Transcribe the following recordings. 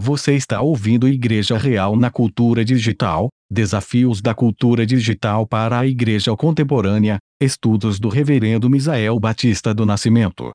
Você está ouvindo Igreja Real na Cultura Digital, Desafios da Cultura Digital para a Igreja Contemporânea, estudos do Reverendo Misael Batista do Nascimento.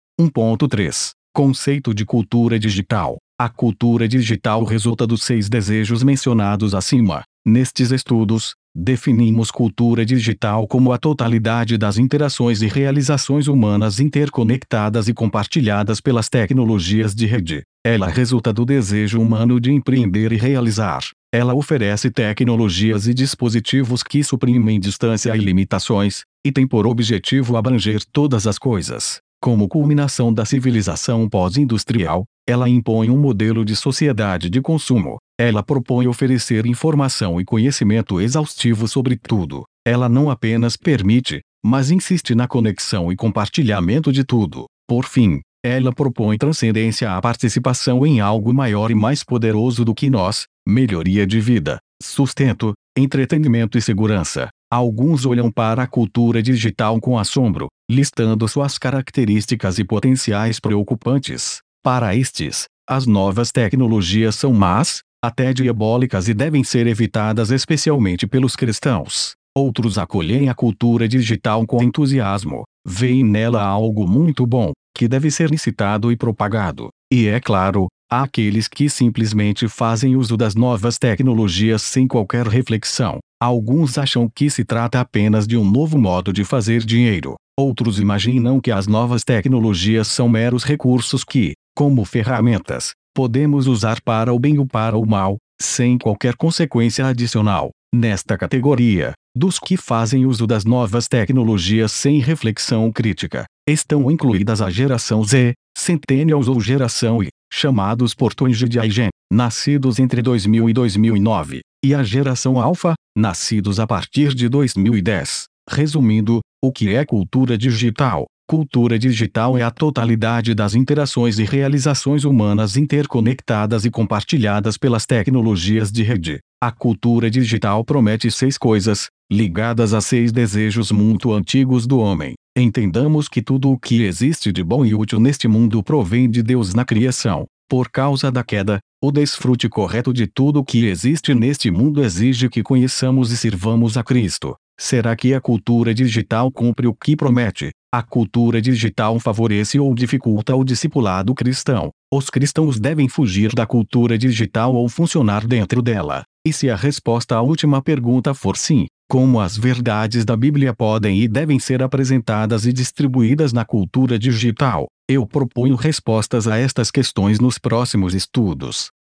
1.3 Conceito de cultura digital. A cultura digital resulta dos 6 desejos mencionados acima. Nestes estudos, definimos cultura digital como a totalidade das interações e realizações humanas interconectadas e compartilhadas pelas tecnologias de rede. Ela resulta do desejo humano de empreender e realizar. Ela oferece tecnologias e dispositivos que suprimem distância e limitações, e tem por objetivo abranger todas as coisas. Como culminação da civilização pós-industrial, ela impõe um modelo de sociedade de consumo. Ela propõe oferecer informação e conhecimento exaustivo sobre tudo. Ela não apenas permite, mas insiste na conexão e compartilhamento de tudo. Por fim, ela propõe transcendência à participação em algo maior e mais poderoso do que nós, melhoria de vida, sustento, entretenimento e segurança. Alguns olham para a cultura digital com assombro, listando suas características e potenciais preocupantes. Para estes, as novas tecnologias são más, até diabólicas e devem ser evitadas especialmente pelos cristãos. Outros acolhem a cultura digital com entusiasmo, veem nela algo muito bom, que deve ser incitado e propagado. E é claro, há aqueles que simplesmente fazem uso das novas tecnologias sem qualquer reflexão. Alguns acham que se trata apenas de um novo modo de fazer dinheiro. Outros imaginam que as novas tecnologias são meros recursos que, como ferramentas, podemos usar para o bem ou para o mal, sem qualquer consequência adicional. Nesta categoria, dos que fazem uso das novas tecnologias sem reflexão crítica, estão incluídas a geração Z, Centennials ou geração Y, chamados portões de Gen, nascidos entre 2000 e 2009, e a geração Alpha, nascidos a partir de 2010. Resumindo, o que é cultura digital? Cultura digital é a totalidade das interações e realizações humanas interconectadas e compartilhadas pelas tecnologias de rede. A cultura digital promete 6 coisas, ligadas a 6 desejos muito antigos do homem. Entendamos que tudo o que existe de bom e útil neste mundo provém de Deus na criação. Por causa da queda, o desfrute correto de tudo o que existe neste mundo exige que conheçamos e sirvamos a Cristo. Será que a cultura digital cumpre o que promete? A cultura digital favorece ou dificulta o discipulado cristão? Os cristãos devem fugir da cultura digital ou funcionar dentro dela? E se a resposta à última pergunta for sim, como as verdades da Bíblia podem e devem ser apresentadas e distribuídas na cultura digital? Eu proponho respostas a estas questões nos próximos estudos.